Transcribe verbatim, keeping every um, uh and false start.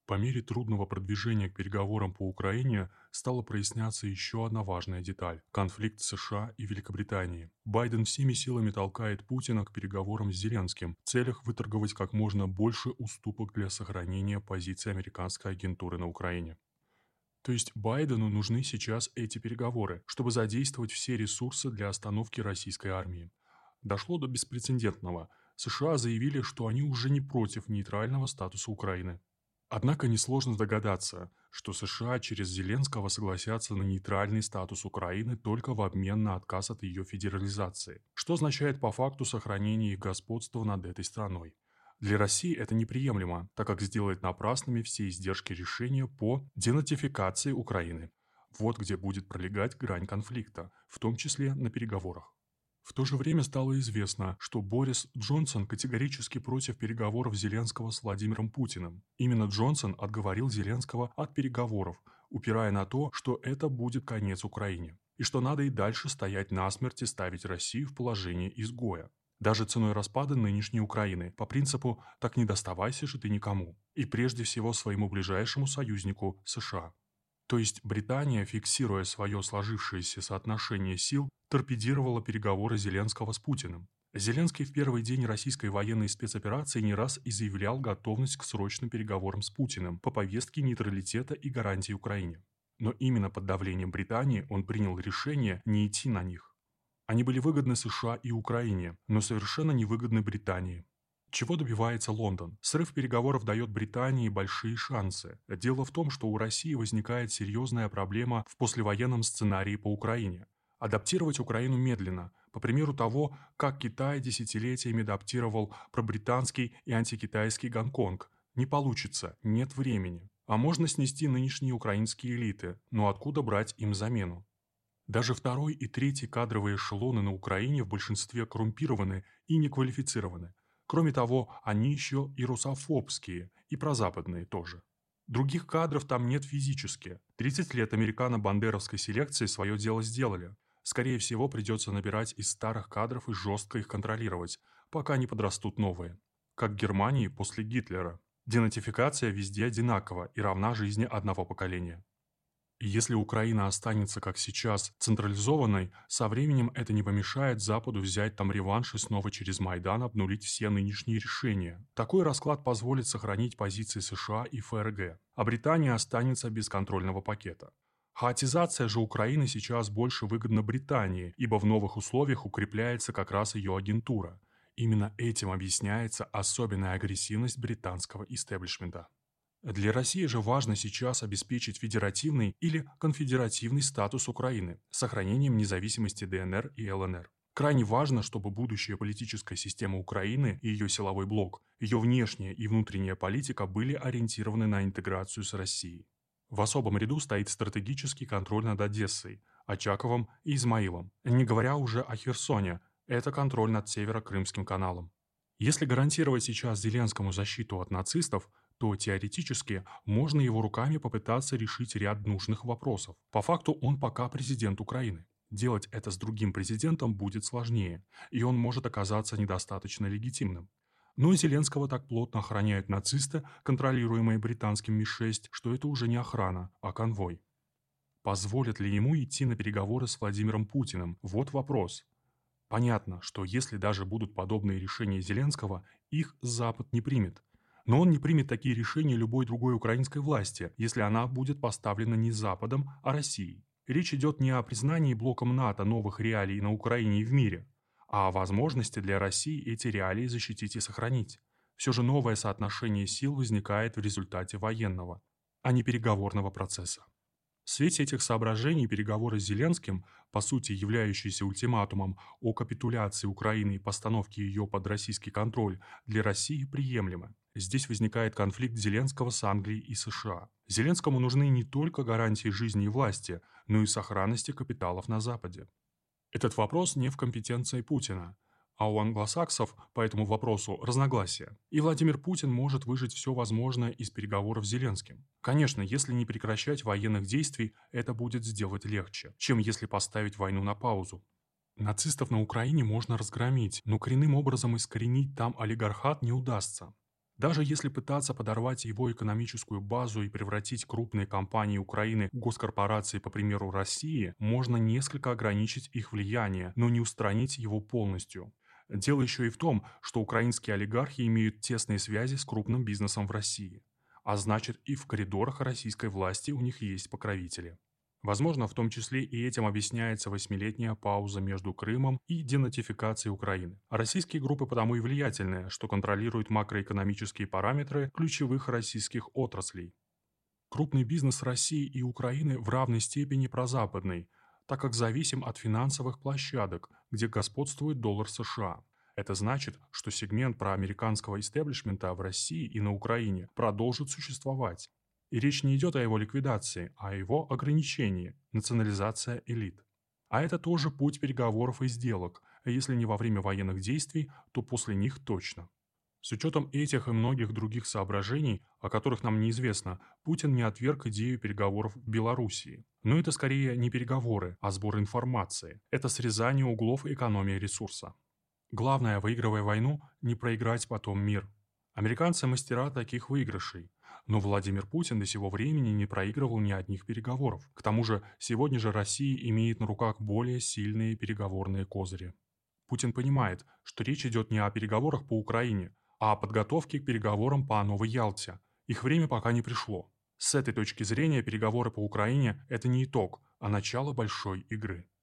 По мере трудного продвижения к переговорам по Украине стала проясняться еще одна важная деталь – конфликт США и Великобритании. Байден всеми силами толкает Путина к переговорам с Зеленским в целях выторговать как можно больше уступок для сохранения позиции американской агентуры на Украине. То есть Байдену нужны сейчас эти переговоры, чтобы задействовать все ресурсы для остановки российской армии. Дошло до беспрецедентного. США заявили, что они уже не против нейтрального статуса Украины. Однако несложно догадаться, что США через Зеленского согласятся на нейтральный статус Украины только в обмен на отказ от ее федерализации, что означает по факту сохранение их господства над этой страной. Для России это неприемлемо, так как сделает напрасными все издержки решения по денатификации Украины. Вот где будет пролегать грань конфликта, в том числе на переговорах. В то же время стало известно, что Борис Джонсон категорически против переговоров Зеленского с Владимиром Путиным. Именно Джонсон отговорил Зеленского от переговоров, упирая на то, что это будет конец Украине, и что надо и дальше стоять насмерть и ставить Россию в положение изгоя. Даже ценой распада нынешней Украины, по принципу «так не доставайся же ты никому», и прежде всего своему ближайшему союзнику США. То есть Британия, фиксируя свое сложившееся соотношение сил, торпедировала переговоры Зеленского с Путиным. Зеленский в первый день российской военной спецоперации не раз и заявлял готовность к срочным переговорам с Путиным по повестке нейтралитета и гарантий Украине. Но именно под давлением Британии он принял решение не идти на них. Они были выгодны США и Украине, но совершенно невыгодны Британии. Чего добивается Лондон? Срыв переговоров дает Британии большие шансы. Дело в том, что у России возникает серьезная проблема в послевоенном сценарии по Украине. Адаптировать Украину медленно, по примеру того, как Китай десятилетиями адаптировал пробританский и антикитайский Гонконг. Не получится, нет времени. А можно снести нынешние украинские элиты, но откуда брать им замену? Даже второй и третий кадровые эшелоны на Украине в большинстве коррумпированы и неквалифицированы. Кроме того, они еще и русофобские, и прозападные тоже. Других кадров там нет физически. тридцать лет американо-бандеровской селекции свое дело сделали. Скорее всего, придется набирать из старых кадров и жестко их контролировать, пока не подрастут новые. Как в Германии после Гитлера. Денатификация везде одинакова и равна жизни одного поколения. И если Украина останется, как сейчас, централизованной, со временем это не помешает Западу взять там реванш и снова через Майдан обнулить все нынешние решения. Такой расклад позволит сохранить позиции США и ФРГ, а Британия останется без контрольного пакета. Хаотизация же Украины сейчас больше выгодна Британии, ибо в новых условиях укрепляется как раз ее агентура. Именно этим объясняется особенная агрессивность британского истеблишмента. Для России же важно сейчас обеспечить федеративный или конфедеративный статус Украины с сохранением независимости ДНР и ЛНР. Крайне важно, чтобы будущая политическая система Украины и ее силовой блок, ее внешняя и внутренняя политика были ориентированы на интеграцию с Россией. В особом ряду стоит стратегический контроль над Одессой, Очаковым и Измаилом, не говоря уже о Херсоне, это контроль над Северо-Крымским каналом. Если гарантировать сейчас Зеленскому защиту от нацистов, то теоретически можно его руками попытаться решить ряд нужных вопросов. По факту он пока президент Украины. Делать это с другим президентом будет сложнее, и он может оказаться недостаточно легитимным. Но Зеленского так плотно охраняют нацисты, контролируемые британским Ми шесть, что это уже не охрана, а конвой. Позволят ли ему идти на переговоры с Владимиром Путиным? Вот вопрос. Понятно, что если даже будут подобные решения Зеленского, их Запад не примет. Но он не примет такие решения любой другой украинской власти, если она будет поставлена не Западом, а Россией. Речь идет не о признании блоком НАТО новых реалий на Украине и в мире, а о возможности для России эти реалии защитить и сохранить. Все же новое соотношение сил возникает в результате военного, а не переговорного процесса. В свете этих соображений переговоры с Зеленским, по сути являющиеся ультиматумом о капитуляции Украины и постановке ее под российский контроль, для России приемлемы. Здесь возникает конфликт Зеленского с Англией и США. Зеленскому нужны не только гарантии жизни и власти, но и сохранности капиталов на Западе. Этот вопрос не в компетенции Путина, а у англосаксов по этому вопросу разногласия. И Владимир Путин может выжать все возможное из переговоров с Зеленским. Конечно, если не прекращать военных действий, это будет сделать легче, чем если поставить войну на паузу. Нацистов на Украине можно разгромить, но коренным образом искоренить там олигархат не удастся. Даже если пытаться подорвать его экономическую базу и превратить крупные компании Украины в госкорпорации по примеру России, можно несколько ограничить их влияние, но не устранить его полностью. Дело еще и в том, что украинские олигархи имеют тесные связи с крупным бизнесом в России. А значит, и в коридорах российской власти у них есть покровители. Возможно, в том числе и этим объясняется восьмилетняя пауза между Крымом и денатификацией Украины. А российские группы потому и влиятельные, что контролируют макроэкономические параметры ключевых российских отраслей. Крупный бизнес России и Украины в равной степени прозападный, так как зависим от финансовых площадок, где господствует доллар США. Это значит, что сегмент проамериканского истеблишмента в России и на Украине продолжит существовать. И речь не идет о его ликвидации, а о его ограничении – национализация элит. А это тоже путь переговоров и сделок, а если не во время военных действий, то после них точно. С учетом этих и многих других соображений, о которых нам неизвестно, Путин не отверг идею переговоров в Белоруссии. Но это скорее не переговоры, а сбор информации. Это срезание углов экономии ресурса. Главное, выигрывая войну, не проиграть потом мир. Американцы мастера таких выигрышей. Но Владимир Путин до сего времени не проигрывал ни одних переговоров. К тому же, сегодня же Россия имеет на руках более сильные переговорные козыри. Путин понимает, что речь идет не о переговорах по Украине, а о подготовке к переговорам по Новой Ялте. Их время пока не пришло. С этой точки зрения переговоры по Украине – это не итог, а начало большой игры.